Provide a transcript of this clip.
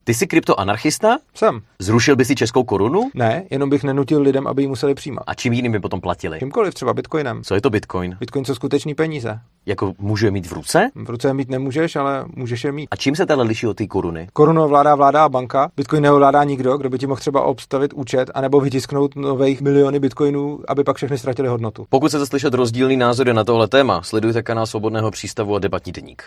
Ty jsi kryptoanarchista? Jsem. Zrušil by si českou korunu? Ne, jenom bych nenutil lidem, aby ji museli přijímat. A čím jiným by potom platili? Čímkoliv, třeba bitcoinem. Co je to bitcoin? Bitcoin jsou skutečný peníze. Jako můžu je mít v ruce? V ruce je mít nemůžeš, ale můžeš je mít. A čím se teda liší od té koruny? Korunu ovládá vláda a banka, bitcoin neovládá nikdo, kdo by ti mohl třeba obstavit účet anebo vytisknout nových miliony bitcoinů, aby pak všechny ztratili hodnotu. Pokud chcete slyšet rozdílný názory na tohle téma, sledujte kanál Svobodného přístavu a Debatní deník.